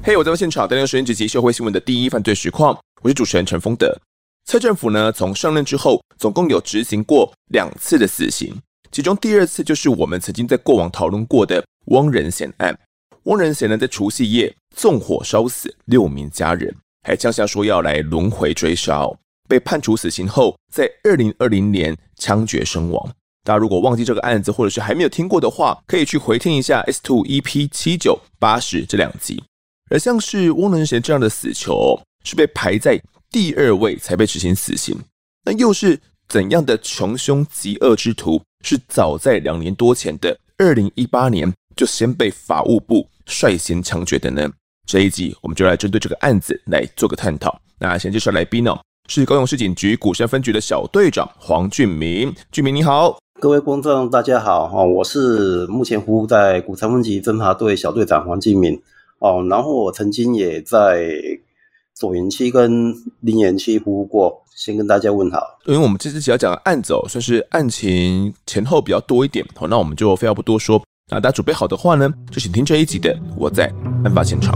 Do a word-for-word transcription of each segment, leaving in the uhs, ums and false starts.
嘿、hey, 我在现场带来时间这集社会新闻的第一犯罪实况，我是主持人陈丰德。蔡政府呢，从上任之后，总共有执行过两次的死刑，其中第二次就是我们曾经在过往讨论过的汪仁贤案。汪仁贤呢，在除夕夜纵火烧死六名家人，还呛下说要来轮回追杀哦。被判处死刑后，在二零二零年枪决身亡。大家如果忘记这个案子，或者是还没有听过的话，可以去回听一下 S 二 E P 七九八十这两集。而像是汪仁贤这样的死囚，是被排在第二位才被执行死刑。那又是怎样的穷凶极恶之徒，是早在两年多前的二零一八年就先被法务部率先枪决的呢？这一集我们就来针对这个案子来做个探讨。那先介绍来宾哦，是高雄市警局鼓山分局的小队长黄俊明。俊明你好。 各位观众大家好，我是目前服务在鼓山分局侦查队小队长黄俊明。哦，然后我曾经也在左营区跟林园区服务过，先跟大家问好。 因为我们这次要讲的案子哦，算是案情前后比较多一点，好，那我们就废话不多说。那大家准备好的话呢，就请听这一集的我在案发现场。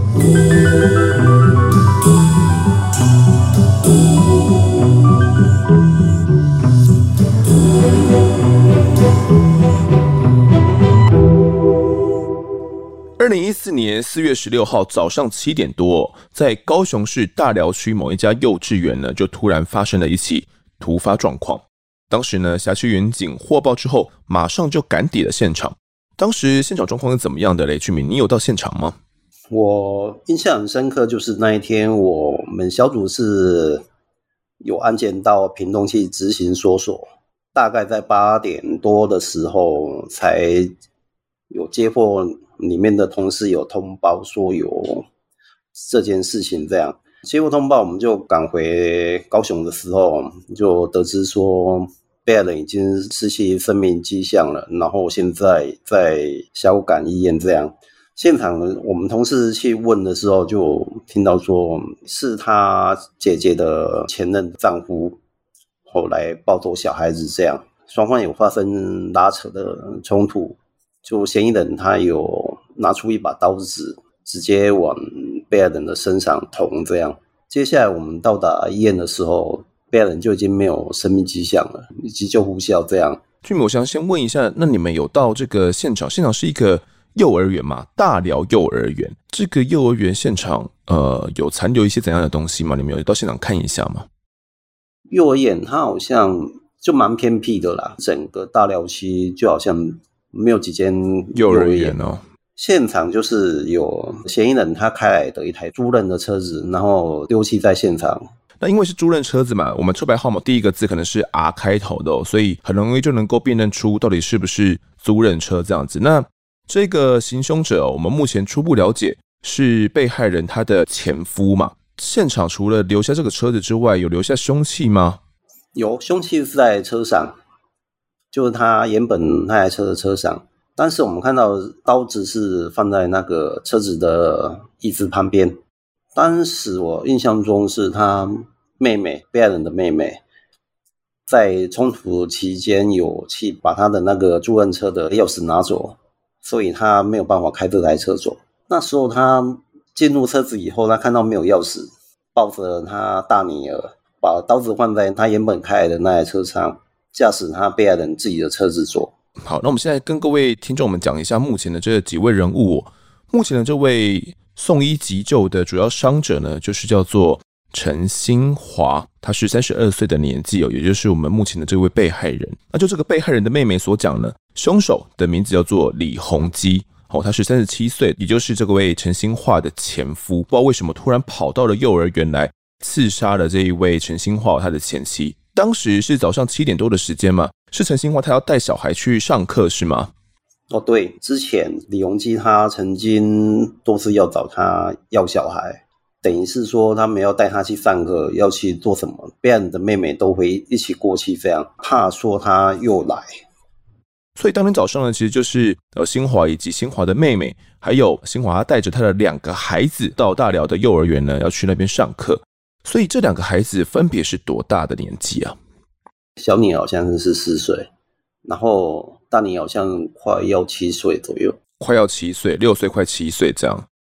二零一四年四月十六号早上七点多，在高雄市大寮区某一家幼稚园呢，就突然发生了一起突发状况。当时呢，辖区员警获报之后，马上就赶抵了现场。当时现场状况是怎么样的嘞？俊明，你有到现场吗？ 我印象很深刻，就是那一天我们小组是有案件到屏东去执行搜索，大概在八点多的时候才有接获里面的同事有通报说有这件事情，这样接获通报我们就赶回高雄的时候，就得知说被害人已经失去生命迹象了，然后现在在小港医院这样。现场我们同事去问的时候，就听到说是他姐姐的前任丈夫后来抱走小孩子这样，双方有发生拉扯的冲突。就嫌疑人他有拿出一把刀子，直接往被害人的身上捅这样。接下来我们到达医院的时候，被害人就已经没有生命迹象了，急救无效这样。 俊明，我想先问一下，那你们有到这个现场？现场是一个幼儿园嘛？大寮幼儿园。这个幼儿园现场，呃，有残留一些怎样的东西吗？你们有到现场看一下吗？ 幼儿园它好像就蛮偏僻的啦，整个大寮区就好像没有几间幼儿园哦。 现场就是有嫌疑人他开来的一台租赁的车子，然后丢弃在现场。 那因为是租赁车子嘛，我们车牌号码第一个字可能是 R 开头的哦，所以很容易就能够辨认出到底是不是租赁车这样子。那这个行凶者哦，我们目前初步了解是被害人他的前夫嘛。现场除了留下这个车子之外，有留下凶器吗？ 有，凶器是在车上，就是他原本那台车的车上，但是我们看到刀子是放在那个车子的椅子旁边。当时我印象中是他妹妹，被害人的妹妹，在冲突期间有去把他的那个租赁车的钥匙拿走，所以他没有办法开这台车走。那时候他进入车子以后，他看到没有钥匙，抱着他大女儿，把刀子放在他原本开来的那台车上，驾驶他被害人自己的车子走。 好，那我们现在跟各位听众们讲一下目前的这几位人物哦。目前的这位送医急救的主要伤者呢，就是叫做陈新华，他是三十二岁的年纪哦，也就是我们目前的这位被害人。那就这个被害人的妹妹所讲呢，凶手的名字叫做李宏基。哦，他是三十七岁，也就是这个位陈新华的前夫。不知道为什么突然跑到了幼儿园来刺杀了这一位陈新华他的前妻。当时是早上七点多的时间嘛，是陈新华他要带小孩去上课是吗？ 哦，对，之前李宏基他曾经多次要找他要小孩，等于是说他们要带他去上课，要去做什么，被害人的妹妹都会一起过去，这样怕说他又来。 所以当天早上呢，其实就是呃新华以及新华的妹妹，还有新华带着他的两个孩子到大寮的幼儿园呢，要去那边上课。所以这两个孩子分别是多大的年纪啊？ 小女好像是四岁，然后大女好像快要七岁左右， 快要七岁，六岁快七岁这样。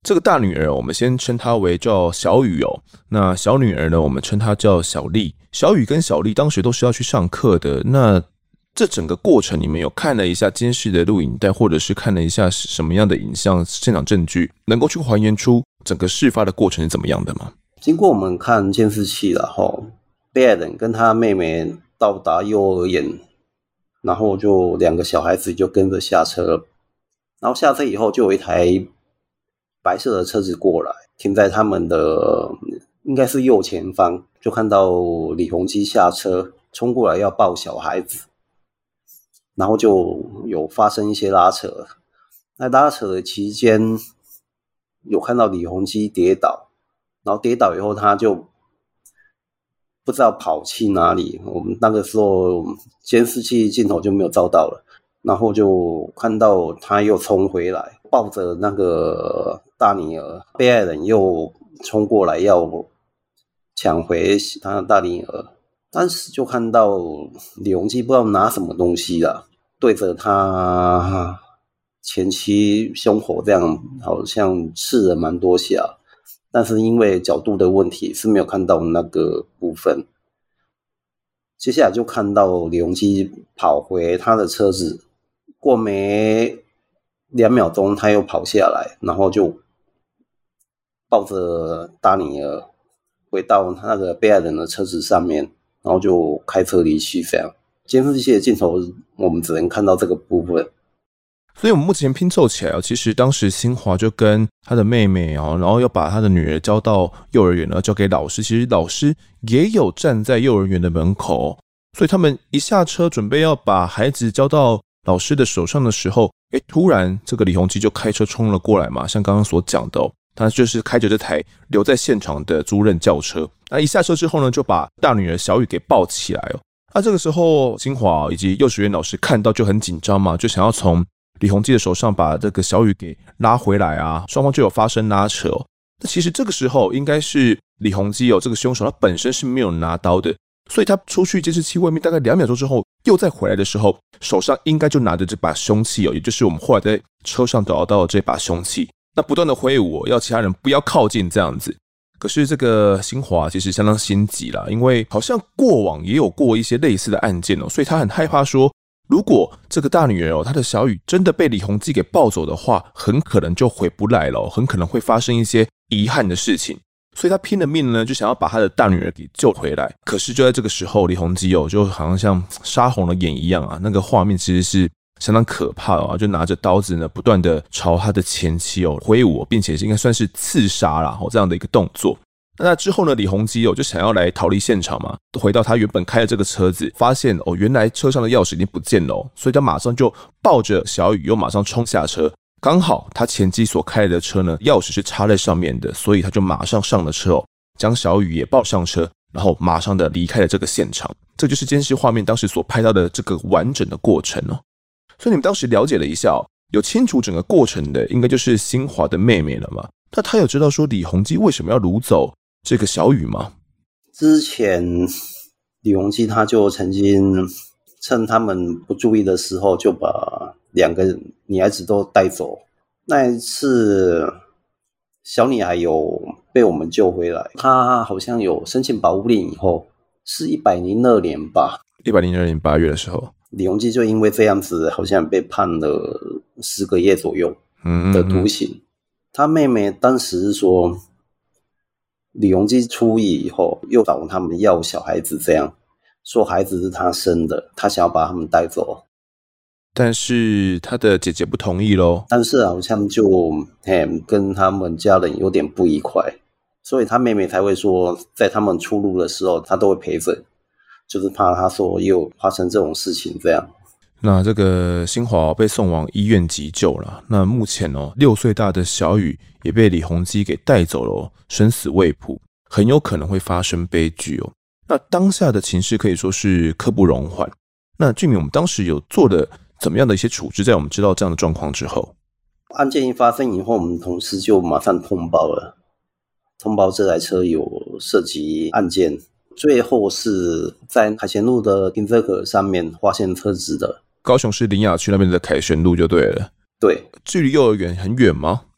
这个大女儿我们先称她为叫小雨哦，那小女儿呢，我们称她叫小丽。小雨跟小丽当时都是要去上课的，那这整个过程你们有看了一下监视的录影带，或者是看了一下什么样的影像现场证据，能够去还原出整个事发的过程是怎么样的吗？ 经过我们看监视器然后被害人跟他妹妹到达幼儿园，然后就两个小孩子就跟着下车了，然后下车以后就有一台白色的车子过来，停在他们的应该是右前方，就看到李弘基下车冲过来要抱小孩子，然后就有发生一些拉扯。在拉扯的期间有看到李弘基跌倒，然后跌倒以后他就不知道跑去哪里，我们那个时候监视器镜头就没有照到了，然后就看到他又冲回来抱着那个大女儿，被害人又冲过来要抢回他的大女儿，当时就看到李弘基不知道拿什么东西啦，对着他前妻胸口这样好像刺了蛮多下，但是因为角度的问题是没有看到那个部分。接下来就看到李弘基跑回他的车子，过没两秒钟他又跑下来，然后就抱着大女儿回到那个被害人的车子上面，然后就开车离去。这样监视器的镜头我们只能看到这个部分。 所以我们目前拼凑起来，其实当时新华就跟他的妹妹，然后要把他的女儿交到幼儿园，交给老师。其实老师也有站在幼儿园的门口，所以他们一下车准备要把孩子交到老师的手上的时候，诶，突然这个李弘基就开车冲了过来嘛，像刚刚所讲的哦，他就是开着这台留在现场的租赁轿车。那一下车之后呢，就把大女儿小雨给抱起来哦。那这个时候，新华以及幼稚园老师看到就很紧张嘛，就想要从李弘基的手上把这个小雨给拉回来啊，双方就有发生拉扯哦。那其实这个时候应该是李弘基哦，这个凶手他本身是没有拿刀的，所以他出去监视器外面大概两秒钟之后，又再回来的时候，手上应该就拿着这把凶器哦，也就是我们后来在车上找到的这把凶器。那不断的挥舞哦，要其他人不要靠近这样子。可是这个新华其实相当心急啦，因为好像过往也有过一些类似的案件哦，所以他很害怕说，如果这个大女儿哦，她的小雨真的被李弘基给抱走的话，很可能就回不来了哦，很可能会发生一些遗憾的事情。所以他拼了命呢，就想要把他的大女儿给救回来。可是就在这个时候，李弘基哦，就好像像杀红了眼一样啊，那个画面其实是相当可怕的啊，就拿着刀子呢，不断的朝他的前妻哦挥舞，并且应该算是刺杀啦哦这样的一个动作。那之后呢，李弘基哦就想要来逃离现场嘛，回到他原本开的这个车子，发现哦原来车上的钥匙已经不见了哦，所以他马上就抱着小雨又马上冲下车。刚好他前妻所开的车呢，钥匙是插在上面的，所以他就马上上了车哦，将小雨也抱上车，然后马上的离开了这个现场。这就是监视画面当时所拍到的这个完整的过程哦。所以你们当时了解了一下哦，有清楚整个过程的应该就是新华的妹妹了嘛？那他有知道说李弘基为什么要掳走这个小雨吗？ 之前李弘基他就曾经趁他们不注意的时候，就把两个女孩子都带走。那一次小女孩有被我们救回来，她好像有申请保护令以后，是一百零二年吧， 一百零二年八月的时候， 李弘基就因为这样子好像被判了十个月左右的徒刑。嗯嗯嗯，他妹妹当时是说李弘基出狱以后又找他们要小孩子，这样说孩子是他生的，他想要把他们带走， 但是他的姐姐不同意咯， 但是好像就跟他们家人有点不愉快，所以他妹妹才会说在他们出入的时候他都会陪着，就是怕他说又发生这种事情这样。 那这个新华被送往医院急救了。那目前哦，六岁大的小雨也被李弘基给带走了哦，生死未卜，很有可能会发生悲剧哦。那当下的情势可以说是刻不容缓。那俊明，我们当时有做了怎么样的一些处置？在我们知道这样的状况之后， 案件一发生以后，我们同事就马上通报了，通报这台车有涉及案件。最后是在凯旋路的停车格上面发现车子的。 高雄市林雅区那边的凯旋路就对了。 对， 距离幼儿园很远吗？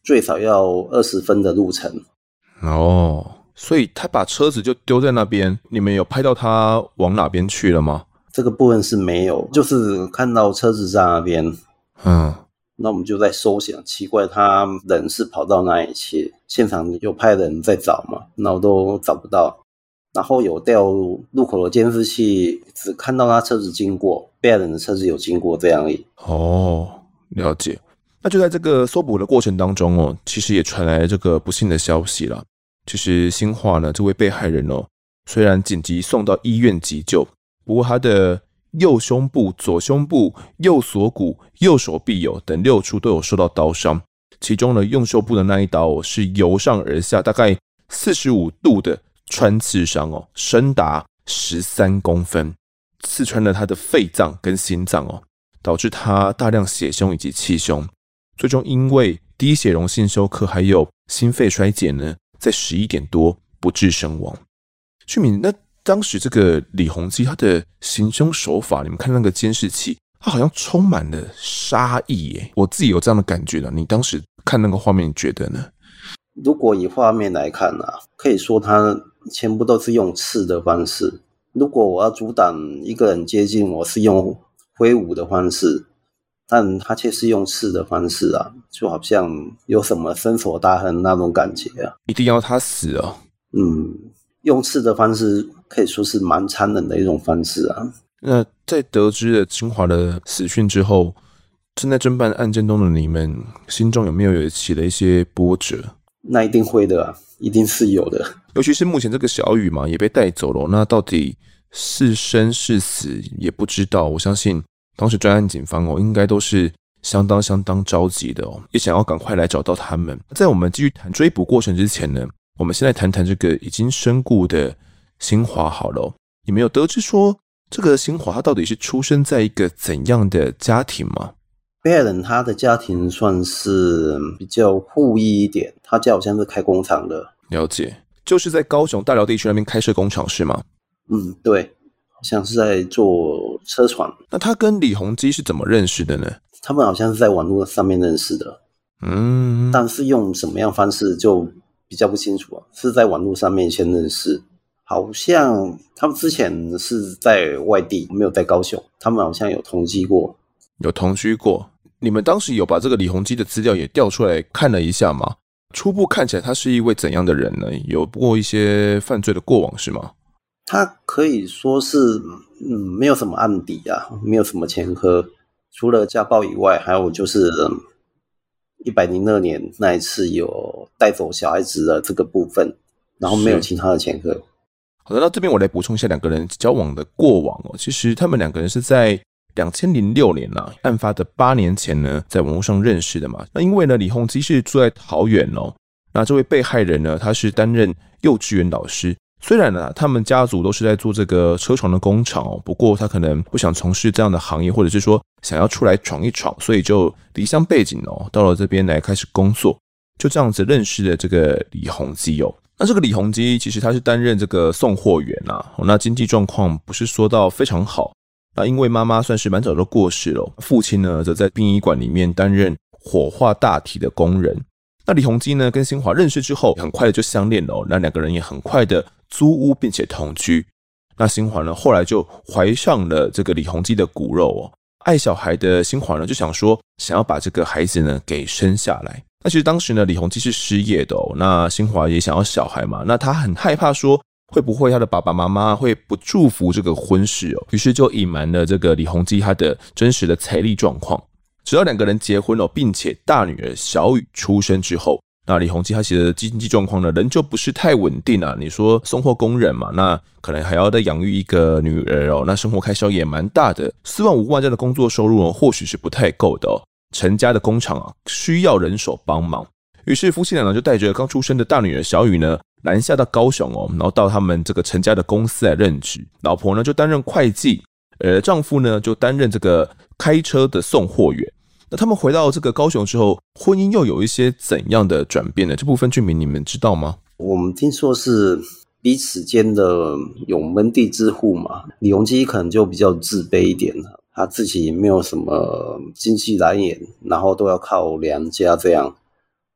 最少要二十分的路程。 哦，所以他把车子就丢在那边，你们有拍到他往哪边去了吗？ 这个部分是没有，就是看到车子在那边， 嗯， 那我们就在搜想，奇怪他人是跑到哪里去？现场有派人在找嘛，然后都找不到。然后有调路口的监视器，只看到他车子经过，被害人的车子有经过这样而已。 哦，了解。那就在这个搜捕的过程当中哦，其实也传来这个不幸的消息啦。其实新华呢，这位被害人哦，虽然紧急送到医院急救，不过他的右胸部、左胸部、右锁骨、右手臂有等六处都有受到刀伤，其中呢，右胸部的那一刀哦，是由上而下大概四十五度的穿刺伤哦，深达十三公分，刺穿了他的肺脏跟心脏哦，导致他大量血胸以及气胸，最终因为低血容性休克还有心肺衰竭呢，在十一点多不治身亡。俊敏，那当时这个李洪基他的行凶手法，你们看那个监视器，他好像充满了杀意耶，我自己有这样的感觉的。你当时看那个画面，你觉得呢？ 如果以画面来看啊，可以说他全部都是用刺的方式。如果我要阻挡一个人接近我，是用挥舞的方式，但他却是用刺的方式啊，就好像有什么伸手大恨那种感觉啊。 一定要他死哦。 嗯，用刺的方式可以说是蛮残忍的一种方式啊。 那在得知了清华的死讯之后，正在侦办案件中的你们，心中有没有起了一些波折？ 那一定会的啊，一定是有的。 尤其是目前这个小雨嘛，也被带走了，那到底是生是死也不知道。我相信当时专案警方哦，应该都是相当相当着急的哦，也想要赶快来找到他们。在我们继续谈追捕过程之前呢，我们先来谈谈这个已经身故的新华好了哦。你们有得知说这个新华他到底是出生在一个怎样的家庭吗？ 被害人他的家庭算是比较富裕一点，他家好像是开工厂的。 了解，就是在高雄大寮地区那边开设工厂是吗？ 嗯，对，好像是在做车床。 那他跟李洪基是怎么认识的呢？ 他们好像是在网络上面认识的， 嗯， 但是用什么样方式就比较不清楚啊。是在网络上面先认识，好像他们之前是在外地，没有在高雄，他们好像有同居过。 有同居过。你们当时有把这个李洪基的资料也调出来看了一下吗？初步看起来他是一位怎样的人呢？有过一些犯罪的过往是吗？ 他可以说是嗯，没有什么案底啊，没有什么前科，除了家暴以外，还有就是一百零二年那一次有带走小孩子的这个部分，然后没有其他的前科。 好的，那这边我来补充一下两个人交往的过往哦。其实他们两个人是在二零零六年啊，案发的八年前呢，在网络上认识的嘛。那因为呢，李洪基是住在桃园哦，那这位被害人呢，他是担任幼稚园老师。虽然呢，他们家族都是在做这个车床的工厂哦，不过他可能不想从事这样的行业，或者是说想要出来闯一闯，所以就离乡背井哦，到了这边来开始工作。就这样子认识了这个李洪基哦。那这个李洪基其实他是担任这个送货员啊，那经济状况不是说到非常好。那因为妈妈算是蛮早就过世了，父亲呢则在殡仪馆里面担任火化大体的工人。那李洪基呢跟新华认识之后，很快的就相恋了哦，那两个人也很快的租屋并且同居。那新华呢后来就怀上了这个李洪基的骨肉哦，爱小孩的新华呢就想说想要把这个孩子呢给生下来。那其实当时呢李洪基是失业的哦，那新华也想要小孩嘛，那他很害怕说会不会他的爸爸妈妈会不祝福这个婚事哦？于是就隐瞒了这个李洪基他的真实的财力状况。直到两个人结婚了，并且大女儿小雨出生之后，那李洪基他其实的经济状况呢，仍旧不是太稳定啊。你说送货工人嘛，那可能还要再养育一个女儿哦，那生活开销也蛮大的，四万五万这样的工作收入呢，或许是不太够的哦。陈家的工厂啊，需要人手帮忙。于是夫妻俩呢就带着刚出生的大女儿小雨呢南下到高雄哦，然后到他们这个陈家的公司来任职。老婆呢就担任会计，而丈夫呢就担任这个开车的送货员。那他们回到这个高雄之后，婚姻又有一些怎样的转变呢？这部分俊明你们知道吗？ 我们听说是彼此间的有门第之户嘛，李洪基可能就比较自卑一点，他自己没有什么经济来源，然后都要靠娘家这样。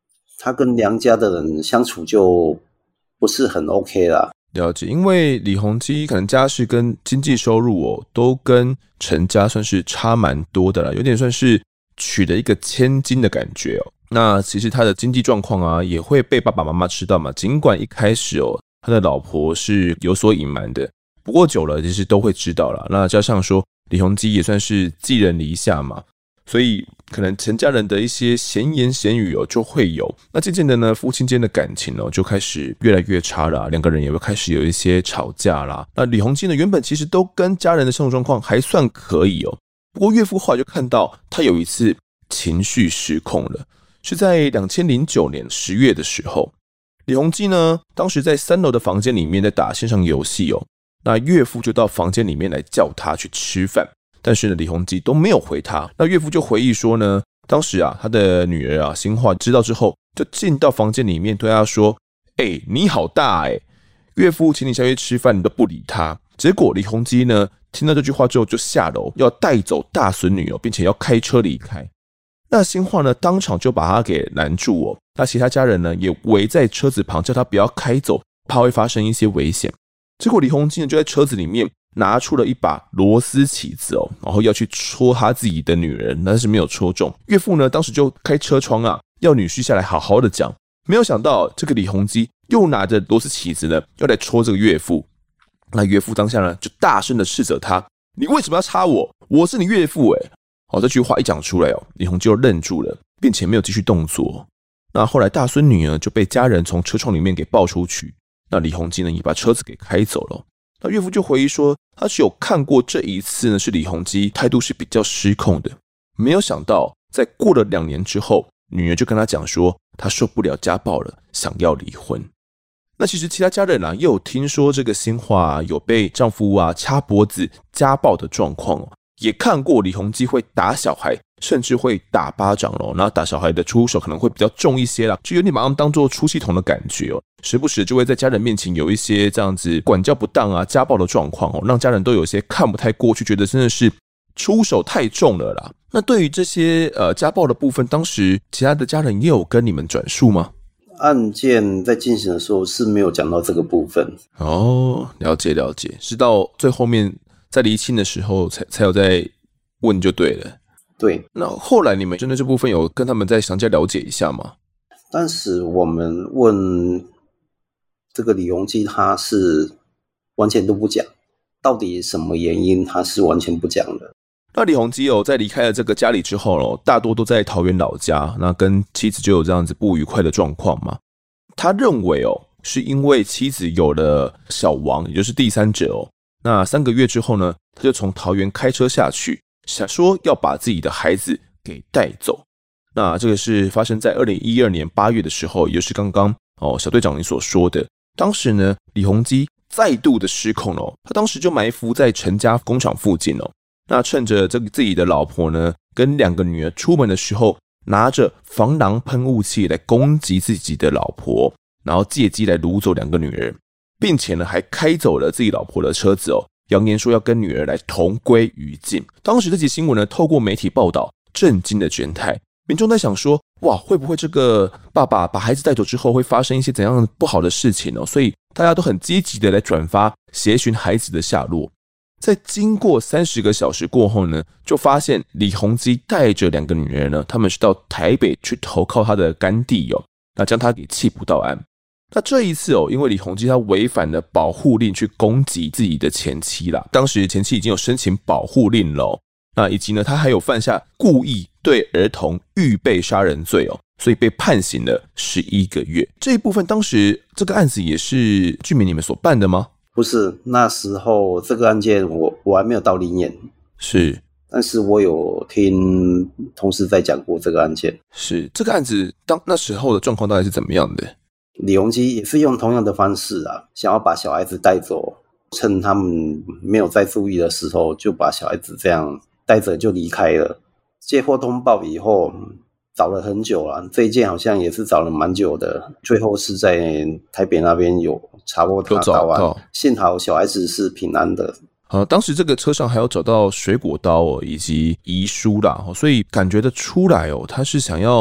他跟娘家的人相处就不是很 OK 啦。 了解，因为李弘基可能家世跟经济收入哦，都跟陈家算是差蛮多的啦，有点算是娶了一个千金的感觉哦。那其实他的经济状况啊，也会被爸爸妈妈知道嘛。尽管一开始哦，他的老婆是有所隐瞒的，不过久了其实都会知道啦。那加上说李弘基也算是寄人篱下嘛，所以可能陈家人的一些闲言闲语哦就会有。那渐渐的呢，夫妻间的感情哦就开始越来越差了，两个人也会开始有一些吵架啦。那李弘基呢，原本其实都跟家人的相处状况还算可以哦，不过岳父后来就看到他有一次情绪失控了，是在二零零九年十月的时候，李弘基呢当时在三楼的房间里面在打线上游戏哦，那岳父就到房间里面来叫他去吃饭。但是呢，李弘基都没有回他。那岳父就回忆说呢，当时啊，他的女儿啊，新化知道之后，就进到房间里面对他说：“哎、欸，你好大哎、欸！岳父请你下去吃饭，你都不理他。”结果李弘基呢，听到这句话之后，就下楼要带走大孙女哦，并且要开车离开。那新化呢，当场就把他给拦住哦。那其他家人呢，也围在车子旁，叫他不要开走，怕会发生一些危险。结果李弘基呢，就在车子里面拿出了一把螺丝起子哦，然后要去戳他自己的女人，但是没有戳中。岳父呢，当时就开车窗啊，要女婿下来好好的讲。没有想到这个李弘基又拿着螺丝起子呢，要来戳这个岳父。那岳父当下呢，就大声的斥责他：“你为什么要插我？我是你岳父哎！”哦，这句话一讲出来哦，李弘基就愣住了，并且没有继续动作。那后来大孙女呢，就被家人从车窗里面给抱出去。那李弘基呢，也把车子给开走了。那岳父就回忆说，他是有看过这一次呢，是李弘基态度是比较失控的。没有想到，在过了两年之后，女儿就跟他讲说，她受不了家暴了，想要离婚。那其实其他家人啊，也有听说这个新化、啊、有被丈夫啊掐脖子、家暴的状况哦，也看过李弘基会打小孩，甚至会打巴掌哦。然后打小孩的出手可能会比较重一些啦，就有点把他们当做出气筒的感觉哦。时不时就会在家人面前有一些这样子管教不当啊、家暴的状况哦，让家人都有些看不太过去，觉得真的是出手太重了啦。那对于这些呃家暴的部分，当时其他的家人也有跟你们转述吗？ 案件在进行的时候是没有讲到这个部分哦，了解了解，是到最后面在厘清的时候才才有在问就对了。 对， 那后来你们针对这部分有跟他们再详加了解一下吗？ 当时我们问这个李弘基，他是完全都不讲，到底什么原因，他是完全不讲的。 那李弘基哦，在离开了这个家里之后哦，大多都在桃园老家，那跟妻子就有这样子不愉快的状况嘛。他认为哦，是因为妻子有了小王，也就是第三者哦。那三个月之后呢，他就从桃园开车下去，想说要把自己的孩子给带走。那这个是发生在二零一二年八月的时候，也就是刚刚哦小队长你所说的。当时呢，李弘基再度的失控哦，他当时就埋伏在陈家工厂附近哦。那趁着这个自己的老婆呢跟两个女儿出门的时候，拿着防狼喷雾器来攻击自己的老婆，然后借机来掳走两个女儿，并且呢还开走了自己老婆的车子哦，扬言说要跟女儿来同归于尽。当时这起新闻呢透过媒体报道，震惊了全台。民众在想说，哇，会不会这个爸爸把孩子带走之后会发生一些怎样不好的事情哦？所以大家都很积极的来转发协寻孩子的下落。在经过三十个小时过后呢，就发现李弘基带着两个女儿呢，他们是到台北去投靠他的干弟哦，那将他给缉捕到案。那这一次哦，因为李弘基他违反了保护令去攻击自己的前妻啦，当时前妻已经有申请保护令了哦，那以及呢，他还有犯下故意对儿童预备杀人罪哦，所以被判刑了十一个月。这一部分当时这个案子也是居民你们所办的吗？ 不是，那时候这个案件我我还没有到临演， 是， 但是我有听同事在讲过这个案件。 是这个案子当那时候的状况大概是怎么样的？ 李弘基也是用同样的方式啊，想要把小孩子带走，趁他们没有在注意的时候，就把小孩子这样带着就离开了。接获通报以后，找了很久了，这一件好像也是找了蛮久的，最后是在台北那边有查获他到案，幸好小孩子是平安的。 呃，当时这个车上还有找到水果刀哦，以及遗书啦，所以感觉得出来哦，他是想要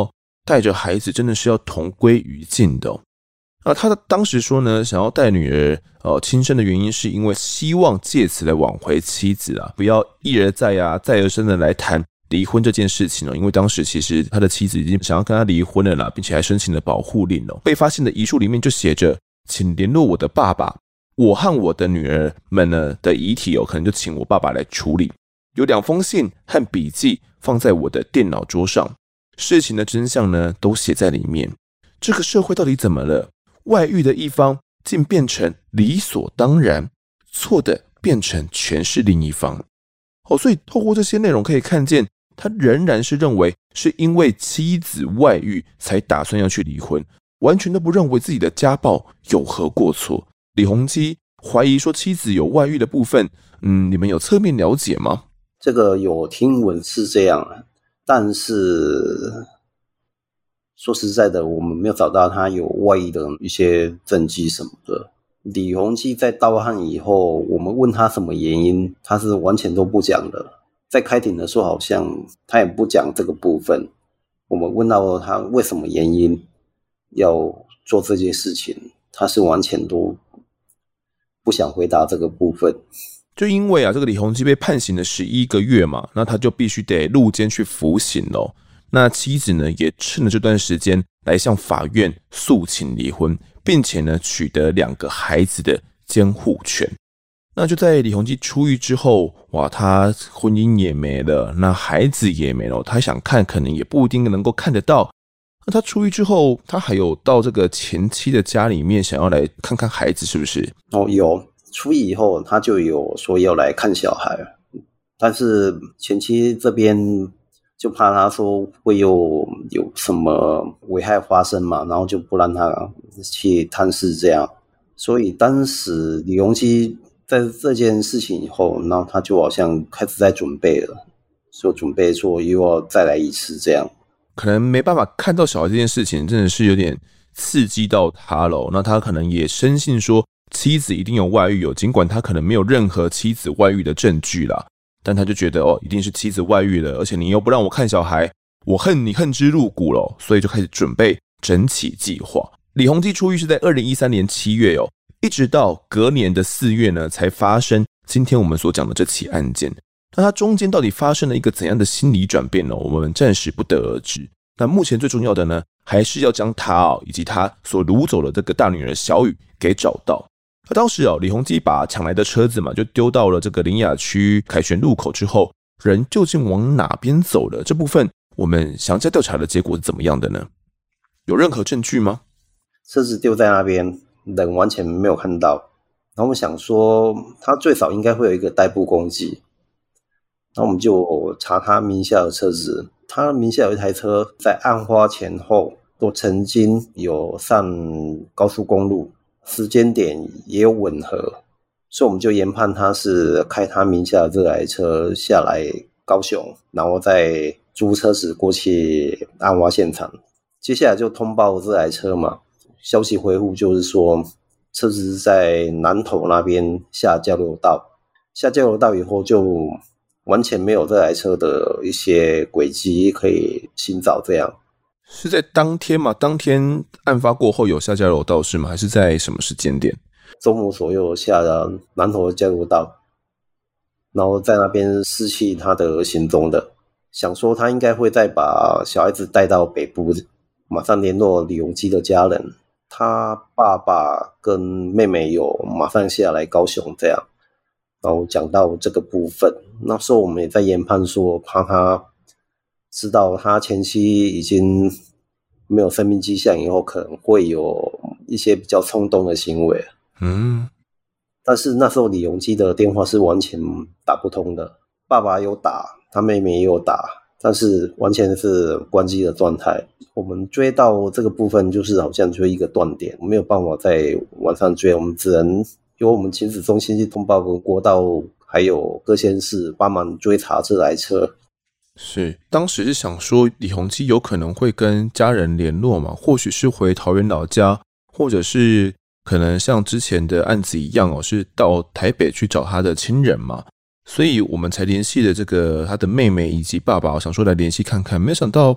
带着孩子真的是要同归于尽的、哦。啊，他当时说呢，想要带女儿呃亲生的原因是因为希望借此来挽回妻子啊，不要一而再啊再而三的来谈离婚这件事情哦。因为当时其实他的妻子已经想要跟他离婚了啦，并且还申请了保护令哦。被发现的遗书里面就写着，请联络我的爸爸，我和我的女儿们呢的遗体哦，可能就请我爸爸来处理。有两封信和笔记放在我的电脑桌上，事情的真相呢都写在里面。这个社会到底怎么了？外遇的一方竟变成理所当然，错的变成全是另一方。哦，所以透过这些内容可以看见，他仍然是认为是因为妻子外遇才打算要去离婚，完全都不认为自己的家暴有何过错。李弘基怀疑说妻子有外遇的部分，嗯，你们有侧面了解吗？ 这个有听闻是这样，但是说实在的，我们没有找到他有外遇的一些证据什么的。李弘基在到案以后，我们问他什么原因，他是完全都不讲的。在开庭的时候，好像他也不讲这个部分。我们问到他为什么原因要做这件事情，他是完全都不想回答这个部分。 就因为啊，这个李弘基被判刑了十一个月嘛，那他就必须得入监去服刑咯。那妻子呢，也趁着这段时间来向法院诉请离婚，并且呢，取得两个孩子的监护权。那就在李弘基出狱之后，哇，他婚姻也没了，那孩子也没了，他想看可能也不一定能够看得到。那他出狱之后，他还有到这个前妻的家里面，想要来看看孩子，是不是？ 哦，有。出狱以后，他就有说要来看小孩，但是前妻这边就怕他说会有有什么危害发生嘛，然后就不让他去探视这样。所以当时李弘基在这件事情以后，然后他就好像开始在准备了，就准备说又要再来一次这样。 可能没办法看到小孩这件事情，真的是有点刺激到他了。那他可能也深信说妻子一定有外遇哦，尽管他可能没有任何妻子外遇的证据啦，但他就觉得哦，一定是妻子外遇了，而且你又不让我看小孩，我恨你恨之入骨了，所以就开始准备整起计划。李弘基出狱是在二零一三年七月哦，一直到隔年的四月呢，才发生今天我们所讲的这起案件。那他中间到底发生了一个怎样的心理转变呢？我们暂时不得而知。那目前最重要的呢，还是要将他哦，以及他所掳走的这个大女儿小雨给找到。那当时哦，李弘基把抢来的车子嘛，就丢到了这个苓雅区凯旋路口之后，人究竟往哪边走了？这部分我们详加调查的结果是怎么样的呢？有任何证据吗？ 车子丢在那边，人完全没有看到。然后我们想说，他最少应该会有一个代步工具。然后我们就查他名下的车子，他名下有一台车，在案发前后都曾经有上高速公路。时间点也有吻合，所以我们就研判他是开他名下的这台车下来高雄，然后再租车子过去案发现场。接下来就通报这台车嘛，消息回复就是说车子在南投那边下交流道，下交流道以后就完全没有这台车的一些轨迹可以寻找这样。 是在当天吗？当天案发过后有下交流道是吗？还是在什么时间点？ 中午左右下了南投的交流道，然后在那边失去他的行踪的。想说他应该会再把小孩子带到北部，马上联络李弘基的家人。他爸爸跟妹妹有马上下来高雄这样，然后讲到这个部分。那时候我们也在研判说，怕他知道他前妻已经没有生命迹象以后，可能会有一些比较冲动的行为。 嗯， 但是那时候李弘基的电话是完全打不通的，爸爸有打，他妹妹也有打，但是完全是关机的状态。我们追到这个部分，就是好像就一个断点，没有办法再往上追，我们只能由我们亲子中心去通报跟国道还有各县市帮忙追查这台车。 是，当时是想说李弘基有可能会跟家人联络嘛，或许是回桃园老家，或者是可能像之前的案子一样哦，是到台北去找他的亲人嘛，所以我们才联系了这个他的妹妹以及爸爸，我想说来联系看看，没有想到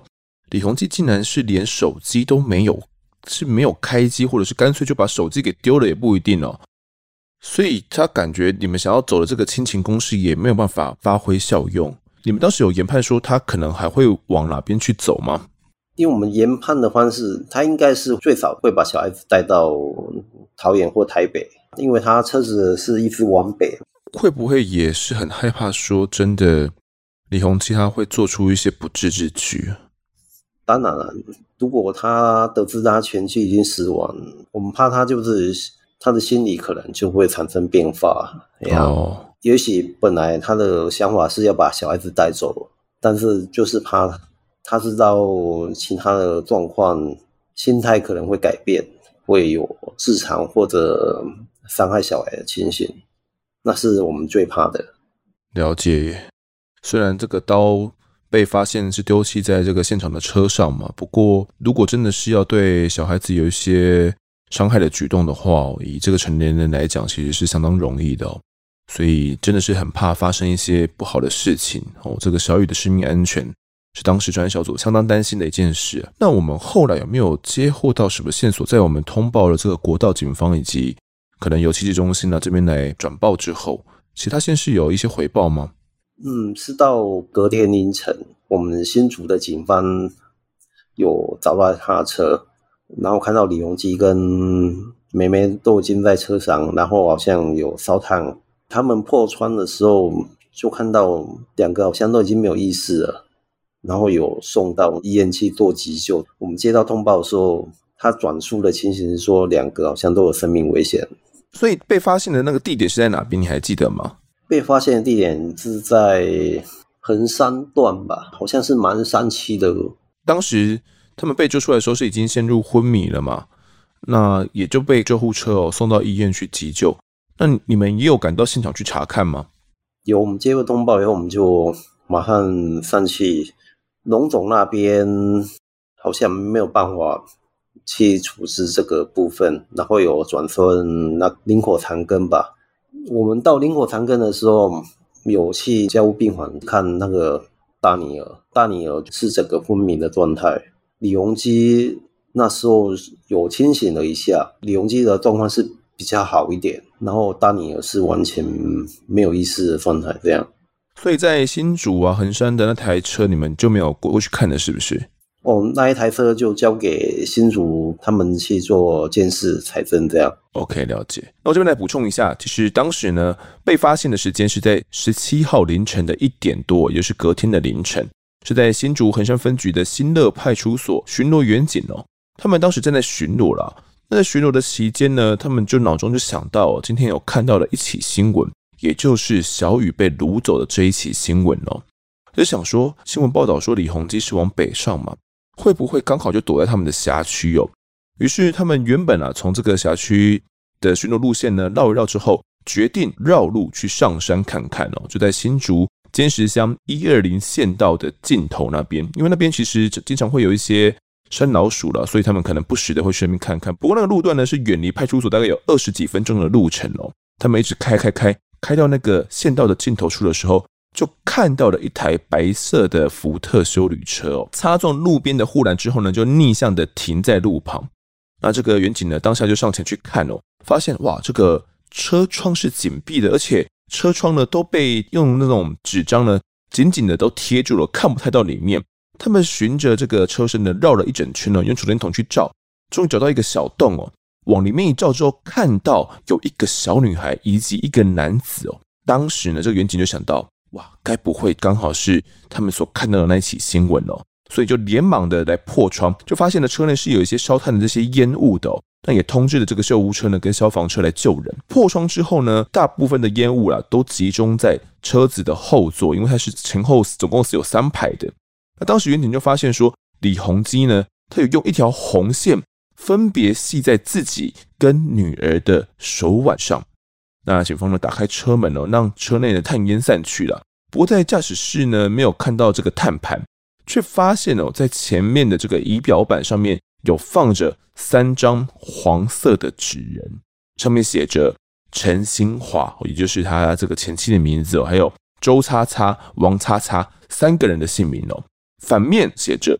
李弘基竟然是连手机都没有，是没有开机，或者是干脆就把手机给丢了也不一定哦。所以他感觉你们想要走的这个亲情攻势也没有办法发挥效用。你们当时有研判说他可能还会往哪边去走吗？ 因为我们研判的方式，他应该是最少会把小孩子带到桃园或台北，因为他车子是一直往北。 会不会也是很害怕说真的李弘基他会做出一些不智之举？ 当然了，如果他得知他前妻已经死亡，我们怕他就是他的心理可能就会产生变化。哦，也许本来他的想法是要把小孩子带走，但是就是怕他知道其他的状况，心态可能会改变，会有自残或者伤害小孩的情形，那是我们最怕的。 了解，虽然这个刀被发现是丢弃在这个现场的车上嘛，不过如果真的是要对小孩子有一些伤害的举动的话，以这个成年人来讲其实是相当容易的哦，所以真的是很怕发生一些不好的事情哦。这个小雨的生命安全是当时专案小组相当担心的一件事。那我们后来有没有接获到什么线索，在我们通报了这个国道警方以及可能有栖息中心啊这边来转报之后，其他县市有一些回报吗？ 嗯，是到隔天凌晨，我们新竹的警方有找到他的车，然后看到李弘基跟妹妹都已经在车上，然后好像有烧炭。他们破窗的时候就看到两个好像都已经没有意识了，然后有送到医院去做急救。我们接到通报的时候，他转述的情形是说两个好像都有生命危险。 所以被发现的那个地点是在哪边？你还记得吗？ 被发现的地点是在横山段吧，好像是蛮山区的。 当时他们被救出来的时候是已经陷入昏迷了嘛？那也就被救护车哦送到医院去急救。那你们也有赶到现场去查看吗？ 有，我们接过通报以后，我们就马上上去。龙总那边好像没有办法去处置这个部分，然后有转分那林口长庚吧。我们到林口长庚的时候，有去加护病房看那个大女儿，大女儿是整个昏迷的状态。李弘基那时候有清醒了一下，李弘基的状况是比较好一点，然后大女儿是完全没有意识的状态这样。 所以在新竹啊横山的那台车你们就没有过去看的是不是？ 哦，那一台车就交给新竹他们去做监视采证这样。 OK， 了解。那我这边来补充一下，其实当时呢被发现的时间是在十七号凌晨的一点多，也就是隔天的凌晨，是在新竹横山分局的新乐派出所巡逻员警哦，他们当时正在巡逻啦。那在巡逻的期间呢，他们就脑中就想到、哦、今天有看到了一起新闻，也就是小雨被掳走的这一起新闻哦，就想说新闻报道说李弘基是往北上嘛，会不会刚好就躲在他们的辖区哦？于是他们原本啊从这个辖区的巡逻路线呢绕一绕之后，决定绕路去上山看看哦，就在新竹尖石乡一二零县道的尽头那边，因为那边其实经常会有一些山老鼠了，所以他们可能不时的会去那边看看。不过那个路段呢是远离派出所大概有二十几分钟的路程哦，他们一直开开开开到那个县道的尽头处的时候，就看到了一台白色的福特休旅车哦，擦撞路边的护栏之后呢，就逆向的停在路旁。那这个员警呢，当下就上前去看哦，发现哇，这个车窗是紧闭的，而且车窗呢都被用那种纸张呢紧紧的都贴住了，看不太到里面。他们循着这个车身呢绕了一整圈呢，用手电筒去照，终于找到一个小洞哦。往里面一照之后，看到有一个小女孩以及一个男子哦。当时呢，这个员警就想到，哇，该不会刚好是他们所看到的那一起新闻哦？所以就连忙的来破窗，就发现了车内是有一些烧炭的这些烟雾的哦。那也通知了这个救护车呢跟消防车来救人。破窗之后呢，大部分的烟雾啦都集中在车子的后座，因为它是前后总共是有三排的。那当时员警就发现说，李弘基呢，他有用一条红线分别系在自己跟女儿的手腕上。那警方呢打开车门哦，让车内的炭烟散去了。不过在驾驶室呢没有看到这个炭盘，却发现哦，在前面的这个仪表板上面有放着三张黄色的纸人，上面写着陈新华，也就是他这个前妻的名字哦，还有周叉叉、王叉叉三个人的姓名哦。反面写着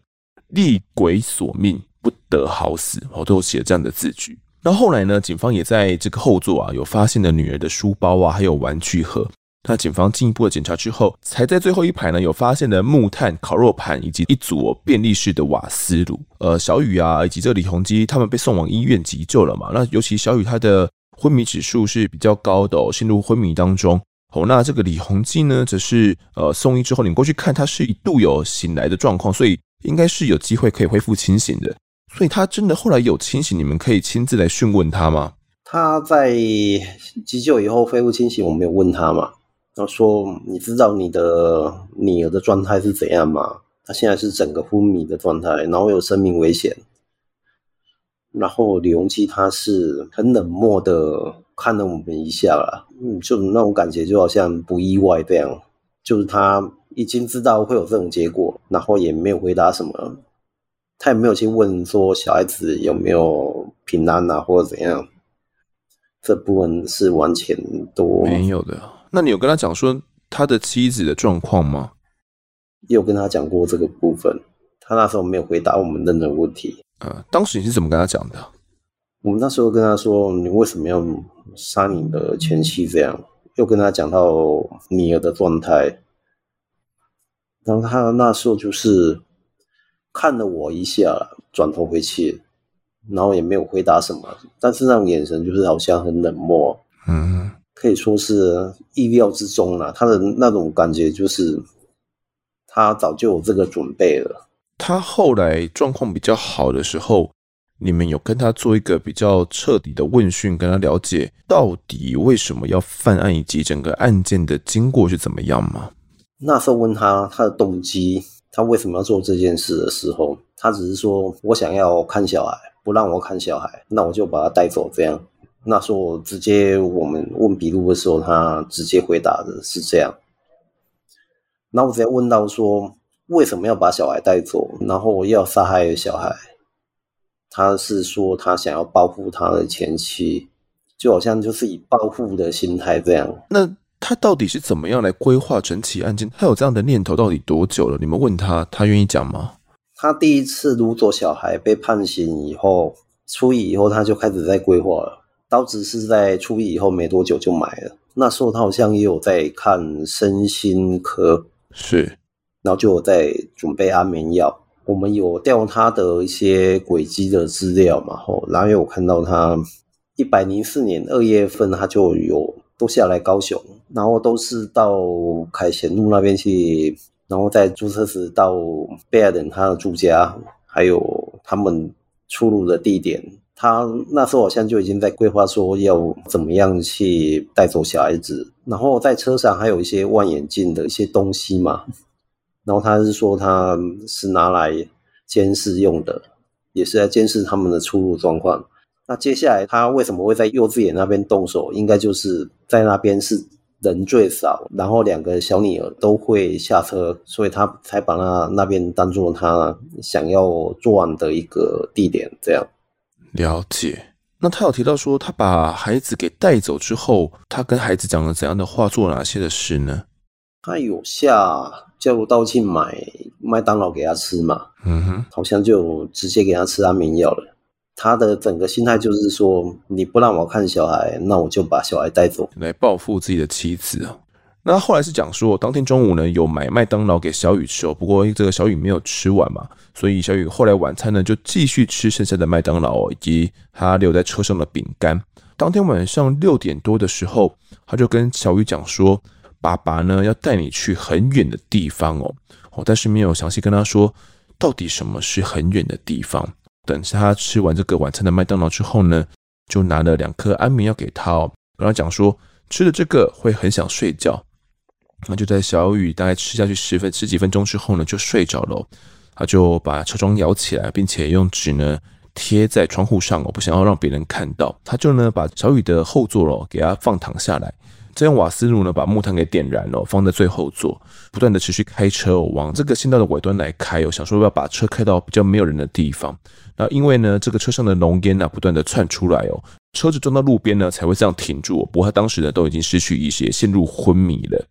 厉鬼索命，不得好死，哦，都有写这样的字句。那后来呢，警方也在这个后座啊有发现了女儿的书包啊，还有玩具盒。那警方进一步的检查之后，才在最后一排呢有发现了木炭、烤肉盘以及一组、哦、便利式的瓦斯炉。呃，小雨啊以及这个李弘基他们被送往医院急救了嘛。那尤其小雨他的昏迷指数是比较高的哦，陷入昏迷当中。哦，那这个李弘基呢，则是呃送医之后，你们过去看，他是一度有醒来的状况，所以应该是有机会可以恢复清醒的。所以他真的后来有清醒，你们可以亲自来讯问他吗？ 他在急救以后恢复清醒，我没有问他嘛。他说：“你知道你的女儿的状态是怎样吗？她现在是整个昏迷的状态，然后有生命危险。”然后李弘基他是很冷漠的看了我们一下啦，嗯，就那种感觉就好像不意外这样，就是他已经知道会有这种结果，然后也没有回答什么，他也没有去问说小孩子有没有平安啊或者怎样，这部分是完全都没有的。那你有跟他讲说他的妻子的状况吗？ 也有跟他讲过这个部分，他那时候没有回答我们任何问题。 呃，当时你是怎么跟他讲的？ 我们那时候跟他说，你为什么要杀你的前妻这样，又跟他讲到女儿的状态，然后他那时候就是看了我一下，转头回去，然后也没有回答什么，但是那种眼神就是好像很冷漠， 嗯， 可以说是意料之中啦。他的那种感觉就是他早就有这个准备了。 他后来状况比较好的时候，你们有跟他做一个比较彻底的问讯，跟他了解到底为什么要犯案以及整个案件的经过是怎么样吗？ 那时候问他他的动机，他为什么要做这件事的时候，他只是说我想要看小孩，不让我看小孩，那我就把他带走这样。那时候直接我们问笔录的时候，他直接回答的是这样。然后我直接问到说为什么要把小孩带走，然后要杀害小孩，他是说他想要报复他的前妻，就好像就是以报复的心态这样。 那他到底是怎么样来规划整起案件？他有这样的念头到底多久了？你们问他，他愿意讲吗？ 他第一次掳走小孩被判刑以后，出狱以后他就开始在规划了。刀子是在出狱以后没多久就买了，那时候他好像也有在看身心科， 是， 然后就有在准备安眠药。我们有调他的一些轨迹的资料嘛，然后有看到他一百零四年二月份他就有都下来高雄，然后都是到凯贤路那边去，然后再租车子到被害人他的住家，还有他们出入的地点。他那时候好像就已经在规划说要怎么样去带走小孩子，然后在车上还有一些望远镜的一些东西嘛，然后他是说他是拿来监视用的，也是在监视他们的出入状况。那接下来他为什么会在幼稚园那边动手，应该就是在那边是人最少，然后两个小女儿都会下车，所以他才把那那边当作他想要作案的一个地点这样。 了解。那他有提到说他把孩子给带走之后，他跟孩子讲了怎样的话，做了哪些的事呢？ 他有下叫我到去买麦当劳给他吃嘛， 嗯哼， 好像就直接给他吃安眠药了。他的整个心态就是说，你不让我看小孩，那我就把小孩带走， 来报复自己的妻子啊。那后来是讲说，当天中午呢有买麦当劳给小雨吃哦，不过这个小雨没有吃完嘛，所以小雨后来晚餐呢就继续吃剩下的麦当劳哦，以及他留在车上的饼干。当天晚上六点多的时候，他就跟小雨讲说，爸爸呢要带你去很远的地方哦，哦，但是没有详细跟他说到底什么是很远的地方。等他吃完这个晚餐的麦当劳之后呢，就拿了两颗安眠药给他哦，跟他讲说吃了这个会很想睡觉。那就在小雨大概吃下去十分十几分钟之后呢，就睡着了哦。他就把车窗摇起来，并且用纸呢贴在窗户上哦，不想要让别人看到。他就呢把小雨的后座哦给他放躺下来，再用瓦斯炉呢把木炭给点燃哦，放在最后座，不断的持续开车哦，往这个县道的尾端来开哦，想说要把车开到比较没有人的地方。那因为呢这个车上的浓烟啊不断的窜出来哦，车子撞到路边呢才会这样停住哦。不过他当时呢都已经失去意识，也陷入昏迷了。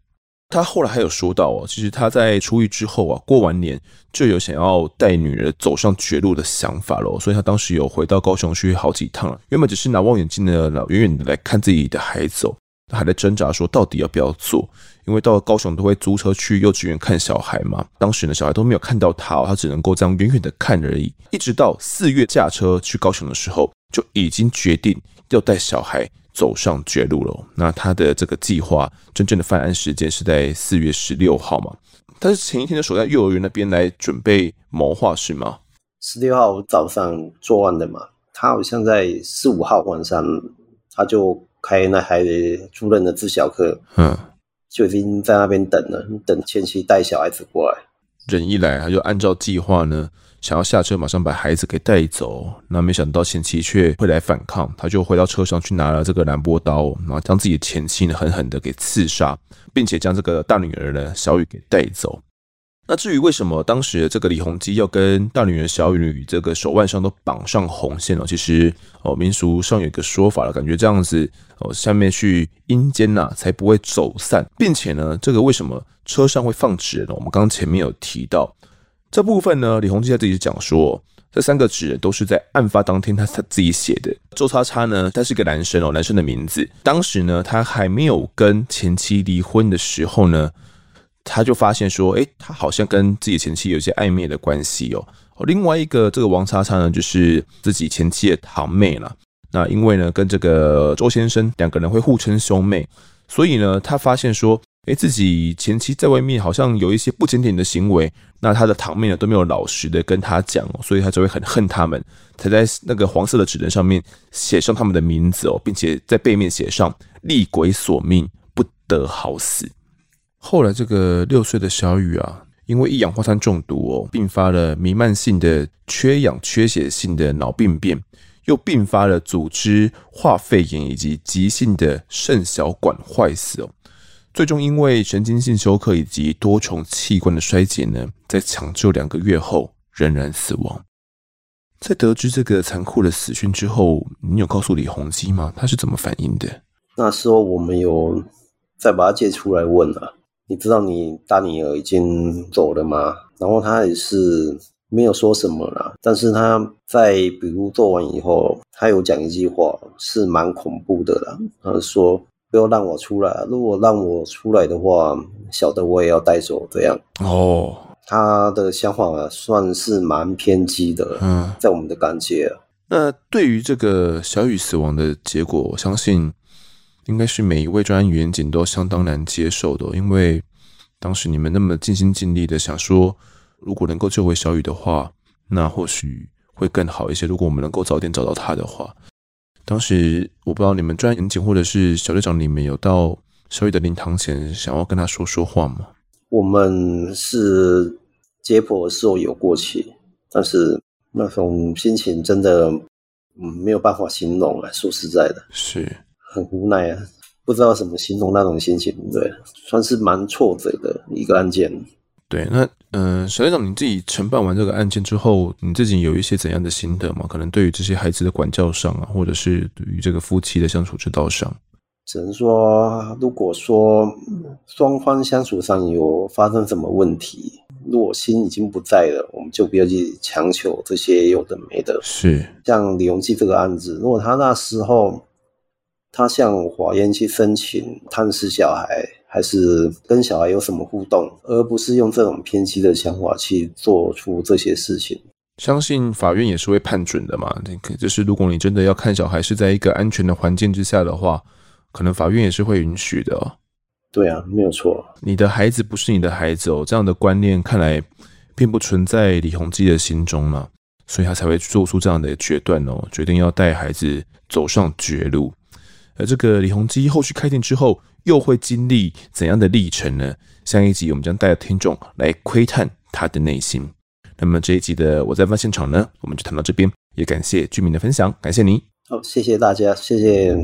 他后来还有说到哦，其实他在出狱之后啊，过完年就有想要带女儿走上绝路的想法了，所以他当时有回到高雄去好几趟了。原本只是拿望远镜呢，远远的来看自己的孩子哦，他还在挣扎说到底要不要做，因为到了高雄都会租车去幼稚园看小孩嘛。当时呢，小孩都没有看到他哦，他只能够这样远远的看而已。一直到四月驾车去高雄的时候，就已经决定要带小孩走上绝路了。那他的这个计划真正的犯案时间是在四月十六号嘛？他是前一天就守在幼儿园那边来准备谋划是吗？ 十六号早上作案的嘛，他好像在十五号晚上他就开那台租赁的自小客，嗯，就已经在那边等了，等前妻带小孩子过来。 人一来，他就按照计划呢，想要下车马上把孩子给带走。那没想到前妻却会来反抗，他就回到车上去拿了这个兰波刀，然后将自己的前妻呢狠狠的给刺杀，并且将这个大女儿呢小雨给带走。那至于为什么当时这个李弘基要跟大女儿小雨这个手腕上都绑上红线哦？其实哦，民俗上有一个说法了，感觉这样子哦，下面去阴间呐、啊、才不会走散，并且呢，这个为什么车上会放纸人呢？我们刚刚前面有提到这部分呢，李弘基在自己讲说，这三个纸人都是在案发当天他他自己写的。周叉叉呢，他是个男生哦，男生的名字。当时呢，他还没有跟前妻离婚的时候呢。他就发现说，诶，他好像跟自己前妻有一些暧昧的关系哦。另外一个这个王叉叉呢，就是自己前妻的堂妹啦。那因为呢，跟这个周先生两个人会互称兄妹，所以呢，他发现说，诶，自己前妻在外面好像有一些不检点的行为，那他的堂妹呢都没有老实的跟他讲哦，所以他就会很恨他们，才在那个黄色的纸人上面写上他们的名字哦，并且在背面写上厉鬼索命，不得好死。后来这个六岁的小雨啊，因为一氧化碳中毒哦，并发了弥漫性的缺氧缺血性的脑病变，又并发了组织化肺炎以及急性的肾小管坏死哦。最终因为神经性休克以及多重器官的衰竭呢，在抢救两个月后仍然死亡。在得知这个残酷的死讯之后，你有告诉李弘基吗？他是怎么反应的？ 那时候我们有再把他借出来问啊。你知道你大女儿已经走了吗？然后他也是没有说什么啦，但是他在笔录做完以后，他有讲一句话是蛮恐怖的啦。他说不要让我出来，如果让我出来的话，小的我也要带走这样。哦，他的想法算是蛮偏激的，嗯，在我们的感觉啊。 那对于这个小雨死亡的结果，我相信应该是每一位专案员警都相当难接受的，因为当时你们那么尽心尽力的想说，如果能够救回小雨的话，那或许会更好一些。如果我们能够早点找到他的话，当时我不知道你们专案员警或者是小队长，你们有到小雨的灵堂前想要跟他说说话吗？ 我们是解剖的时候有过去，但是那种心情真的、嗯、没有办法形容啊。说实在的，是。很无奈啊，不知道怎么形容那种心情，对，算是蛮挫折的一个案件。 对，那嗯、呃，小队长，你自己承办完这个案件之后，你自己有一些怎样的心得吗？可能对于这些孩子的管教上啊，或者是对于这个夫妻的相处之道上， 只能说，如果说双方相处上有发生什么问题，如果心已经不在了，我们就不要去强求这些有的没的。是，像李弘基这个案子，如果他那时候他向法院去申请探视小孩，还是跟小孩有什么互动，而不是用这种偏激的想法去做出这些事情。 相信法院也是会判准的嘛，就是如果你真的要看小孩是在一个安全的环境之下的话，可能法院也是会允许的哦。 对啊，没有错。 你的孩子不是你的孩子哦，这样的观念看来并不存在李弘基的心中嘛，所以他才会做出这样的决断哦，决定要带孩子走上绝路。而这个李弘基后续开庭之后，又会经历怎样的历程呢？下一集我们将带着听众来窥探他的内心。那么这一集的我在案发现场呢，我们就谈到这边，也感谢居民的分享，感谢你。 好，谢谢大家，谢谢。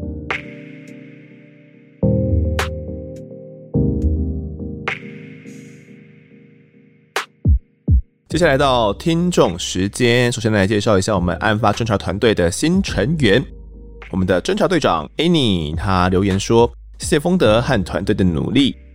接下来到听众时间，首先来介绍一下我们案发侦查团队的新成员。我们的侦查队长 Annie 他留言说，谢谢丰德和团队的努力，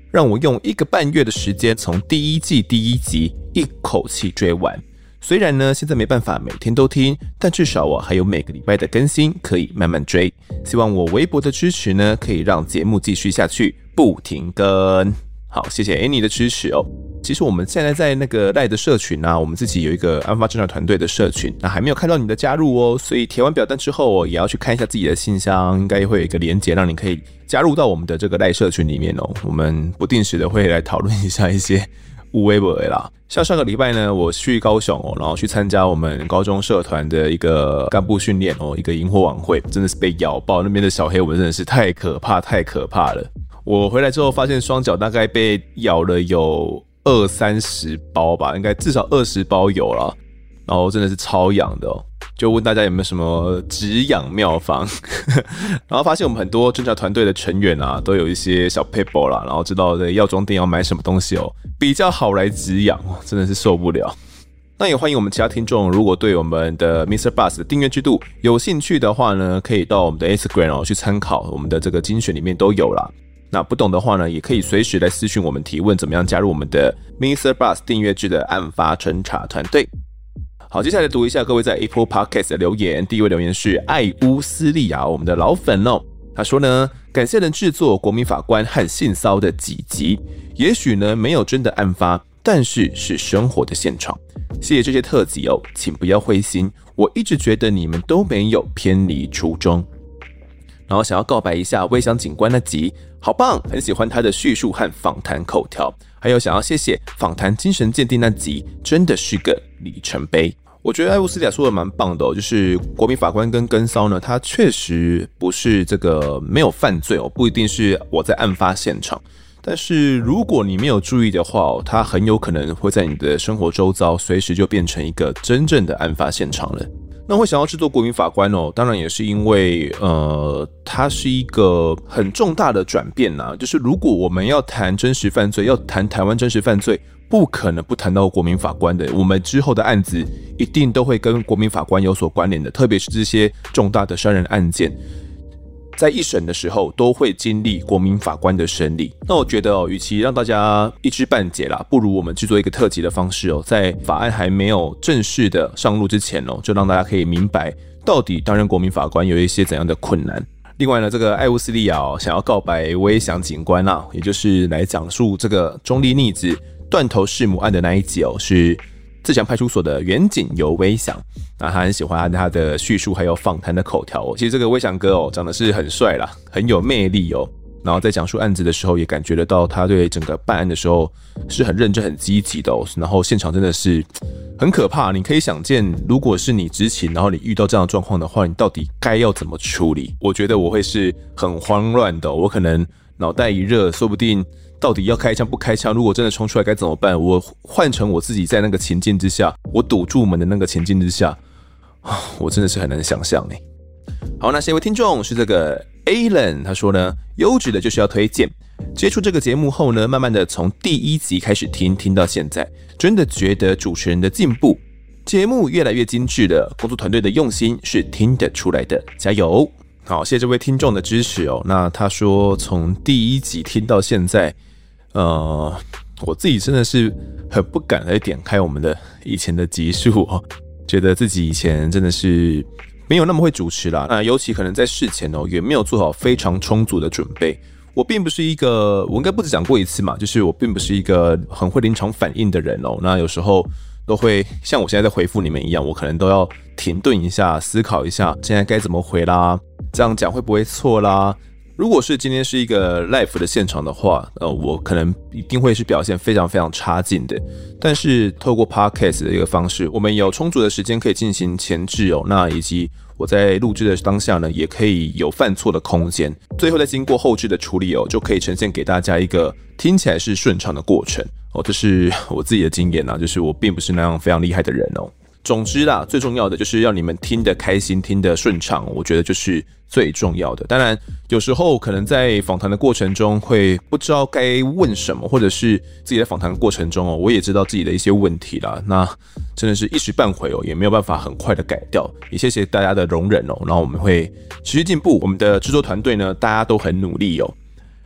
让我用一个半月的时间从第一季第一集一口气追完。虽然呢现在没办法每天都听，但至少我还有每个礼拜的更新可以慢慢追。希望我微薄的支持呢，可以让节目继续下去，不停更。好，谢谢 Annie 的支持哦。其实我们现在在那个 LINE 的社群啊，我们自己有一个案发侦查团队的社群，那还没有看到你的加入哦，所以填完表单之后、哦、也要去看一下自己的信箱，应该会有一个连结让你可以加入到我们的这个 LINE 社群里面哦。我们不定时的会来讨论一下一些有的没的啦。像上个礼拜呢，我去高雄哦，然后去参加我们高中社团的一个干部训练哦，一个萤火晚会，真的是被咬爆，那边的小黑蚊真的是太可怕太可怕了。我回来之后发现双脚大概被咬了有二三十包吧，应该至少二十包有了，然后真的是超痒的哦。就问大家有没有什么止痒妙方然后发现我们很多侦查团队的成员啊，都有一些小 paper 啦，然后知道在药妆店要买什么东西哦，比较好来止痒哦，真的是受不了。那也欢迎我们其他听众，如果对我们的 mister Bus 的订阅制度有兴趣的话呢，可以到我们的 Instagram 哦去参考，我们的这个精选里面都有啦。那不懂的话呢，也可以随时来私讯我们提问，怎么样加入我们的 mister Bus 订阅制的案发侦查团队。好，接下来读一下各位在 Apple Podcast 的留言。第一位留言是艾乌斯利亚，我们的老粉哦。他说呢，感谢能制作国民法官和性骚的几集，也许呢没有真的案发，但是是生活的现场。谢谢这些特辑哦，请不要灰心，我一直觉得你们都没有偏离初衷。然后想要告白一下威翔警官那集，好棒，很喜欢他的叙述和访谈口条。还有想要谢谢访谈精神鉴定那集，真的是个里程碑。我觉得艾乌斯利亚说的蛮棒的哦，就是国民法官跟跟骚呢，他确实不是这个没有犯罪哦，不一定是我在案发现场，但是如果你没有注意的话哦，他很有可能会在你的生活周遭随时就变成一个真正的案发现场了。那会想要制作国民法官哦，当然也是因为呃，它是一个很重大的转变啦。就是如果我们要谈真实犯罪，要谈台湾真实犯罪，不可能不谈到国民法官的。我们之后的案子一定都会跟国民法官有所关联的，特别是这些重大的杀人案件，在一审的时候都会经历国民法官的审理。那我觉得哦，与其让大家一知半解啦，不如我们制作一个特辑的方式哦，在法案还没有正式的上路之前哦，就让大家可以明白到底担任国民法官有一些怎样的困难。另外呢，这个艾乌斯利亚哦，想要告白威翔警官啦，也就是来讲述这个中立逆子断头弑母案的那一集哦，是自强派出所的员警尤威翔。那他很喜欢他的叙述还有访谈的口条哦。其实这个威翔哥哦，长得是很帅啦，很有魅力哦。然后在讲述案子的时候，也感觉得到他对整个办案的时候是很认真、很积极的哦。然后现场真的是很可怕，你可以想见，如果是你执勤，然后你遇到这样的状况的话，你到底该要怎么处理？我觉得我会是很慌乱的哦，我可能脑袋一热，说不定到底要开枪不开枪？如果真的冲出来该怎么办？我换成我自己在那个情境之下，我堵住门的那个情境之下，我真的是很难想象哎。好，那下一位听众是这个 Alan， 他说呢，优质的就是要推荐。接触这个节目后呢，慢慢的从第一集开始听，听到现在，真的觉得主持人的进步，节目越来越精致了，工作团队的用心是听得出来的，加油！好，谢谢这位听众的支持哦。那他说从第一集听到现在，呃，我自己真的是很不敢来点开我们的以前的集数哦，觉得自己以前真的是没有那么会主持啦。那尤其可能在事前哦，也没有做好非常充足的准备。我并不是一个，我应该不止讲过一次嘛，就是我并不是一个很会临场反应的人哦。那有时候都会像我现在在回复你们一样，我可能都要停顿一下，思考一下现在该怎么回啦，这样讲会不会错啦？如果是今天是一个 live 的现场的话，呃，我可能一定会是表现非常非常差劲的。但是透过 podcast 的一个方式，我们有充足的时间可以进行前置哦，那以及我在录制的当下呢，也可以有犯错的空间，最后再经过后置的处理哦，就可以呈现给大家一个听起来是顺畅的过程哦。这是我自己的经验啊，就是我并不是那样非常厉害的人哦。总之啦，最重要的就是要你们听得开心，听得顺畅，我觉得就是最重要的。当然，有时候可能在访谈的过程中会不知道该问什么，或者是自己在访谈的过程中哦，我也知道自己的一些问题啦，那真的是一时半会哦，也没有办法很快的改掉。也谢谢大家的容忍哦，然后我们会持续进步。我们的制作团队呢，大家都很努力哦。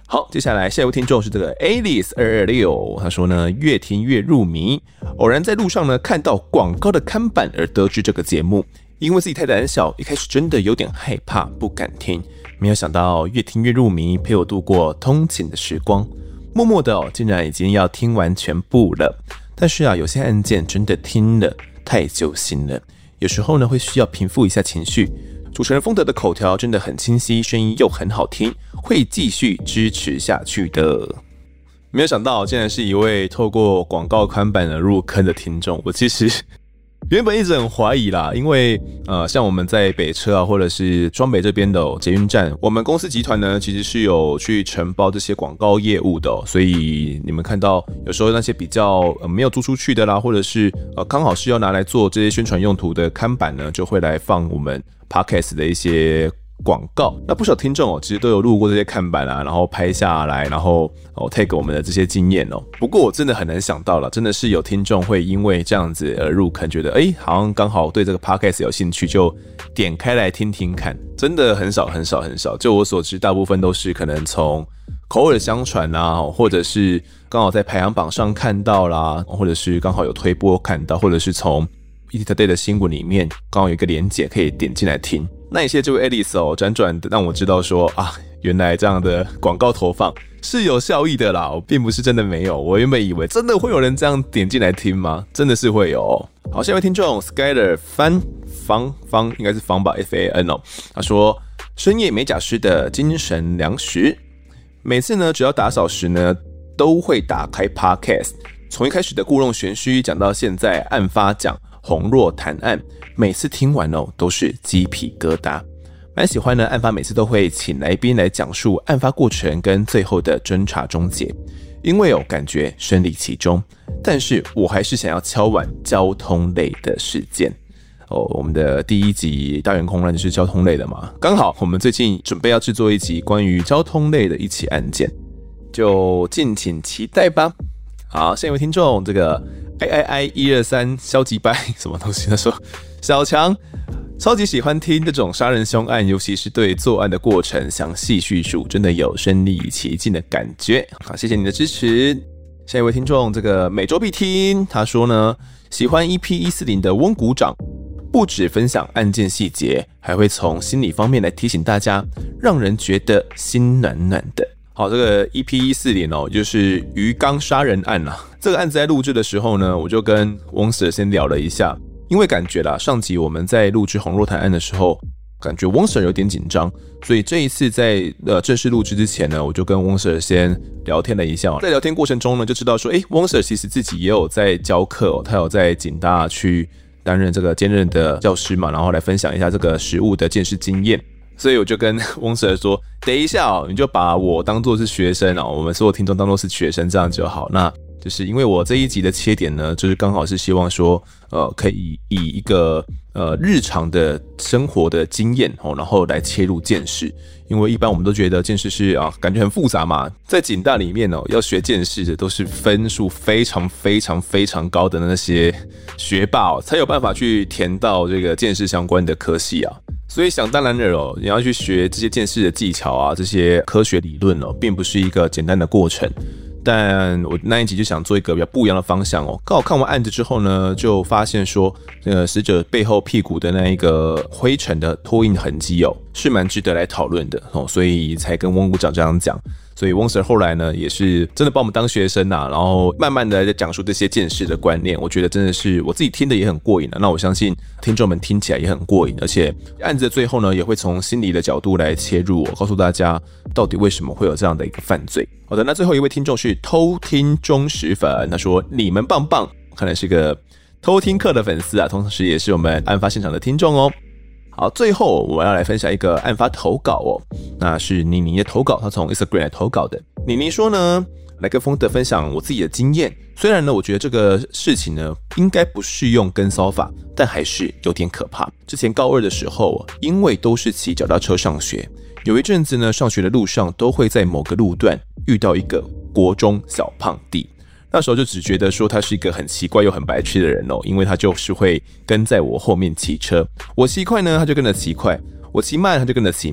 好，接下来下一位听众是这个 Alice 二二六，他说呢，越听越入迷，偶然在路上呢看到广告的看板而得知这个节目，因为自己太胆小，一开始真的有点害怕，不敢听，没有想到越听越入迷，陪我度过通勤的时光，默默的哦，竟然已经要听完全部了。但是啊，有些案件真的听了太揪心了，有时候呢会需要平复一下情绪。主持人丰德的口条真的很清晰，声音又很好听，会继续支持下去的。没有想到竟然是一位透过广告看板而入坑的听众，我其实原本一直很怀疑啦，因为呃，像我们在北车啊，或者是双北这边的、哦、捷运站，我们公司集团呢其实是有去承包这些广告业务的、哦，所以你们看到有时候那些比较、呃、没有租出去的啦，或者是呃刚好是要拿来做这些宣传用途的看板呢，就会来放我们 Podcast 的一些广告。那不少听众哦，其实都有录过这些看板啊，然后拍下来，然后哦 take 我们的这些经验哦。不过我真的很难想到了，真的是有听众会因为这样子而入坑，觉得哎，好像刚好对这个 podcast 有兴趣，就点开来听听看。真的很少很少很少，就我所知，大部分都是可能从口耳相传啦，或者是刚好在排行榜上看到啦，或者是刚好有推播看到，或者是从E T Today 的新闻里面刚好有一个连结可以点进来听。那也谢谢这位 Alice 哦，辗转让我知道说啊，原来这样的广告投放是有效益的啦，我并不是真的没有。我原本以为真的会有人这样点进来听吗？真的是会有、哦。好，下一位听众 Skyler 方方方应该是方吧 F A N 哦，他说深夜美甲师的精神粮食，每次呢只要打扫时呢都会打开 Podcast， 从一开始的故弄玄虚讲到现在案发讲洪若谈案，每次听完哦都是鸡皮疙瘩，蛮喜欢呢。案发每次都会请来宾来讲述案发过程跟最后的侦查终结，因为哦感觉身历其中，但是我还是想要敲碗交通类的事件哦。我们的第一集大员空难就是交通类的嘛，刚好我们最近准备要制作一集关于交通类的一起案件，就敬请期待吧。好，下一位听众这个 I I I 一二三消极掰什么东西？他说小强超级喜欢听这种杀人凶案，尤其是对作案的过程详细叙述，真的有身临其境的感觉。好，谢谢你的支持。下一位听众这个每周必听，他说呢喜欢 E P 一四零的翁股长，不只分享案件细节，还会从心理方面来提醒大家，让人觉得心暖暖的。好，这个 E P 一四零哦，就是鱼缸杀人案啦。这个案子在录制的时候呢，我就跟翁 Sir 先聊了一下，因为感觉啦，上集我们在录制洪若谈案的时候，感觉翁 Sir 有点紧张，所以这一次在呃正式录制之前呢，我就跟翁 Sir 先聊天了一下。在聊天过程中呢，就知道说，哎，翁 Sir 其实自己也有在教课哦，他有在警大去担任这个兼任的教师嘛，然后来分享一下这个实务的见识经验。所以我就跟翁 Sir 说，等一下哦，你就把我当作是学生哦，我们所有听众当作是学生，这样就好。那就是因为我这一集的切点呢，就是刚好是希望说，呃，可以以一个呃日常的生活的经验哦，然后来切入见识。因为一般我们都觉得见识是啊，感觉很复杂嘛，在警大里面哦，要学见识的都是分数非常非常非常高的那些学霸哦，才有办法去填到这个见识相关的科系啊。所以想当然了哦，你要去学这些见识的技巧啊，这些科学理论哦，并不是一个简单的过程。但我那一集就想做一个比较不一样的方向哦。刚好看完案子之后呢，就发现说，呃，死者背后屁股的那一个灰尘的拖印痕迹哦，是蛮值得来讨论的哦，所以才跟翁股长这样讲。所以翁 Sir 后来呢，也是真的把我们当学生啊，然后慢慢的在讲述这些见识的观念，我觉得真的是我自己听的也很过瘾啊。那我相信听众们听起来也很过瘾，而且案子的最后呢，也会从心理的角度来切入，我告诉大家到底为什么会有这样的一个犯罪。好的，那最后一位听众是偷听忠实粉，他说你们棒棒，看来是个偷听客的粉丝啊，同时也是我们案发现场的听众哦。好，最后我要来分享一个案发投稿哦，那是妮妮的投稿，她从 Instagram 来投稿的。妮妮说呢，来跟丰德分享我自己的经验，虽然呢，我觉得这个事情呢应该不适用跟骚法，但还是有点可怕。之前高二的时候，因为都是骑脚踏车上学，有一阵子呢，上学的路上都会在某个路段遇到一个国中小胖弟。那时候就只觉得说他是一个很奇怪又很白痴的人哦，因为他就是会跟在我后面骑车，我骑快呢他就跟着骑快，我骑慢他就跟着骑慢，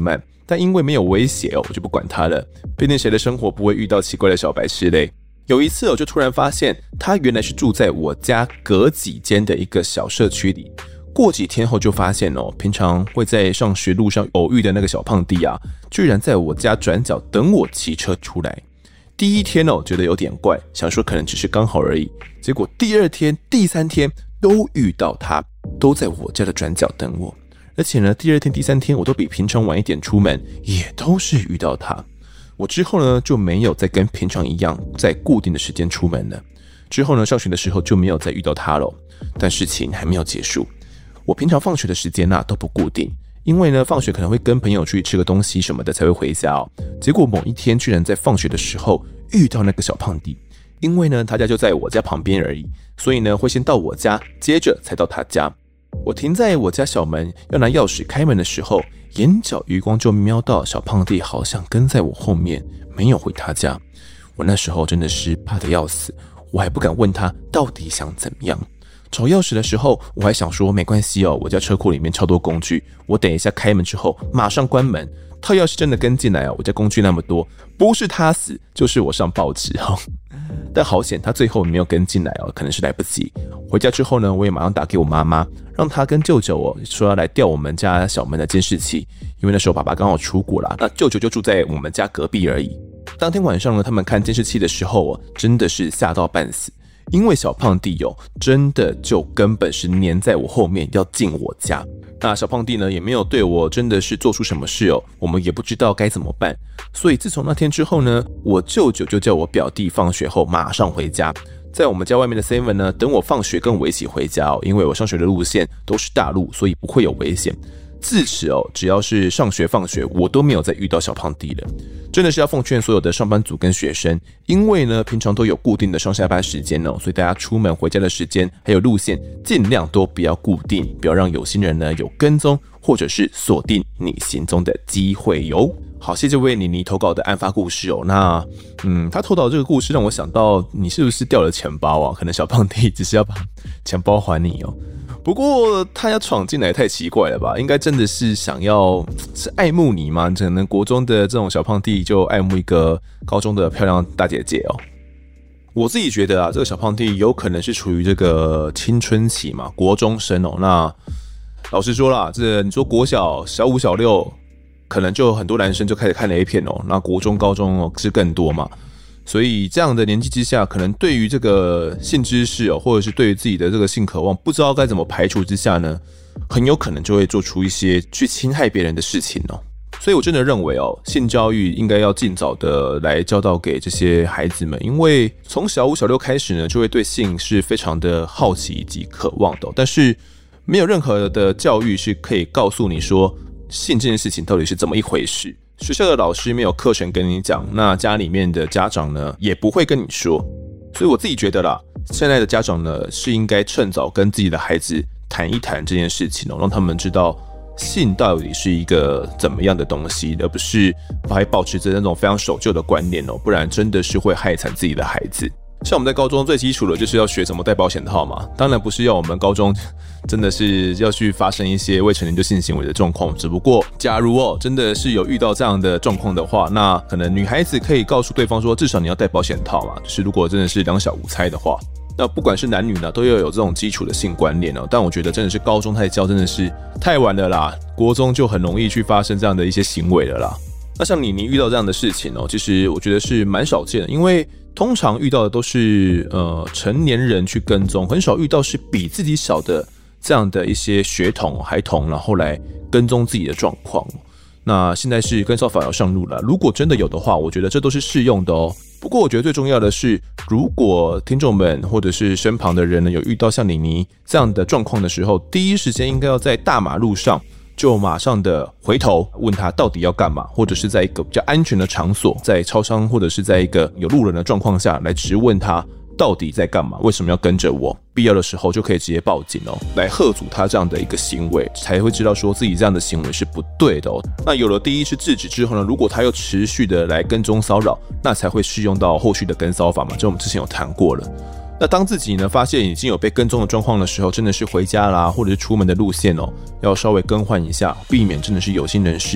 但因为没有威胁哦，我就不管他了。毕竟谁的生活不会遇到奇怪的小白痴嘞？有一次我就突然发现，他原来是住在我家隔几间的一个小社区里。过几天后就发现哦，平常会在上学路上偶遇的那个小胖弟啊，居然在我家转角等我骑车出来。第一天哦，觉得有点怪，想说可能只是刚好而已。结果第二天、第三天都遇到他，都在我家的转角等我。而且呢，第二天、第三天我都比平常晚一点出门，也都是遇到他。我之后呢就没有再跟平常一样在固定的时间出门了。之后呢，上学的时候就没有再遇到他了。但事情还没有结束，我平常放学的时间啊都不固定，因为呢放学可能会跟朋友去吃个东西什么的才会回家哦。结果某一天居然在放学的时候遇到那个小胖弟，因为呢他家就在我家旁边而已，所以呢会先到我家，接着才到他家。我停在我家小门要拿钥匙开门的时候，眼角余光就瞄到小胖弟好像跟在我后面，没有回他家。我那时候真的是怕得要死，我还不敢问他到底想怎么样。找钥匙的时候，我还想说没关系哦，我家车库里面超多工具，我等一下开门之后马上关门。他要是真的跟进来哦，我家工具那么多，不是他死就是我上报纸哦。但好险他最后没有跟进来哦，可能是来不及。回家之后呢，我也马上打给我妈妈，让她跟舅舅哦说要来调我们家小门的监视器，因为那时候爸爸刚好出国啦，那舅舅就住在我们家隔壁而已。当天晚上呢，他们看监视器的时候哦，真的是吓到半死，因为小胖弟哦，真的就根本是黏在我后面要进我家。那小胖弟呢，也没有对我真的是做出什么事哦，我们也不知道该怎么办。所以自从那天之后呢，我舅舅就叫我表弟放学后马上回家，在我们家外面的 seven 呢，等我放学跟我一起回家哦，因为我上学的路线都是大路，所以不会有危险。自此哦，只要是上学放学，我都没有再遇到小胖弟了。真的是要奉劝所有的上班族跟学生，因为呢平常都有固定的上下班时间哦，所以大家出门回家的时间还有路线尽量都不要固定，不要让有心人呢有跟踪或者是锁定你行踪的机会哟。好，谢谢这位妮妮投稿的案发故事哦。那嗯，他投稿这个故事让我想到，你是不是掉了钱包啊？可能小胖弟只是要把钱包还你哦。不过他要闯进来太奇怪了吧？应该真的是想要是爱慕你吗？可能国中的这种小胖弟就爱慕一个高中的漂亮大姐姐哦。我自己觉得啊，这个小胖弟有可能是处于这个青春期嘛，国中生哦。那老实说啦，这你说国小小五小六，可能就很多男生就开始看了 A 片哦。那国中高中哦是更多嘛。所以这样的年纪之下，可能对于这个性知识哦，或者是对于自己的这个性渴望，不知道该怎么排除之下呢，很有可能就会做出一些去侵害别人的事情哦。所以我真的认为哦，性教育应该要尽早的来教导给这些孩子们，因为从小五小六开始呢，就会对性是非常的好奇以及渴望的哦，但是没有任何的教育是可以告诉你说性这件事情到底是怎么一回事。学校的老师没有课程跟你讲，那家里面的家长呢也不会跟你说，所以我自己觉得啦，现在的家长呢是应该趁早跟自己的孩子谈一谈这件事情哦，让他们知道性到底是一个怎么样的东西，而不是还保持着那种非常守旧的观念哦，不然真的是会害惨自己的孩子。像我们在高中最基础的就是要学怎么戴保险套嘛，当然不是要我们高中真的是要去发生一些未成年就性行为的状况，只不过假如哦真的是有遇到这样的状况的话，那可能女孩子可以告诉对方说，至少你要戴保险套嘛，就是如果真的是两小无猜的话，那不管是男女呢，都要有这种基础的性观念哦。但我觉得真的是高中太教真的是太晚了啦，国中就很容易去发生这样的一些行为了啦。那像你你遇到这样的事情哦，其实我觉得是蛮少见的，因为通常遇到的都是呃成年人去跟踪，很少遇到是比自己小的这样的一些学童孩童，然后来跟踪自己的状况。那现在是跟骚法要上路了，如果真的有的话，我觉得这都是适用的哦。不过我觉得最重要的是，如果听众们或者是身旁的人呢有遇到像妮妮这样的状况的时候，第一时间应该要在大马路上就马上的回头问他到底要干嘛，或者是在一个比较安全的场所，在超商或者是在一个有路人的状况下来质问他到底在干嘛，为什么要跟着我，必要的时候就可以直接报警哦，来嚇阻他这样的一个行为，才会知道说自己这样的行为是不对的哦。那有了第一次制止之后呢，如果他又持续的来跟踪骚扰，那才会适用到后续的跟骚法嘛，这我们之前有谈过了。那当自己呢发现已经有被跟踪的状况的时候，真的是回家啦，或者是出门的路线哦，要稍微更换一下，避免真的是有心人士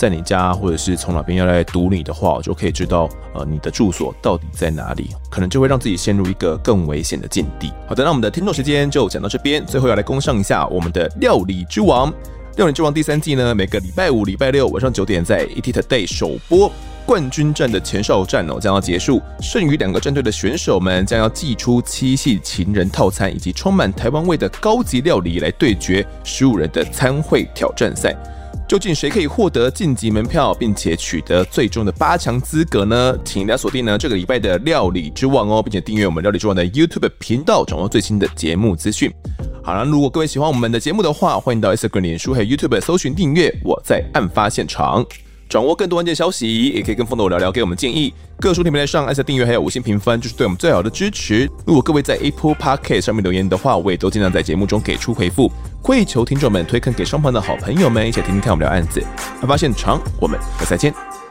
在你家或者是从哪边要来堵你的话，我就可以知道呃你的住所到底在哪里，可能就会让自己陷入一个更危险的境地。好的，那我们的听众时间就讲到这边，最后要来工商一下我们的料理之王。料理之王第三季呢，每个礼拜五、礼拜六晚上九点在 E T Today 首播。冠军战的前哨战哦将要结束，剩余两个战队的选手们将要祭出七夕情人套餐以及充满台湾味的高级料理来对决十五人的餐会挑战赛。究竟谁可以获得晋级门票，并且取得最终的八强资格呢？请大家锁定呢这个礼拜的料理之王哦，并且订阅我们料理之王的 YouTube 频道，掌握最新的节目资讯。好了，如果各位喜欢我们的节目的话，欢迎到 Instagram、脸书还有 YouTube 搜寻订阅我在案发现场。掌握更多案件消息，也可以跟风的我聊聊，给我们建议。各书平台上按下订阅，还有五星评分，就是对我们最好的支持。如果各位在 Apple Podcast 上面留言的话，我也都尽量在节目中给出回复。跪求听众们推坑给双方的好朋友们，一起听听看我们聊案子。案发现场，我们下次再见。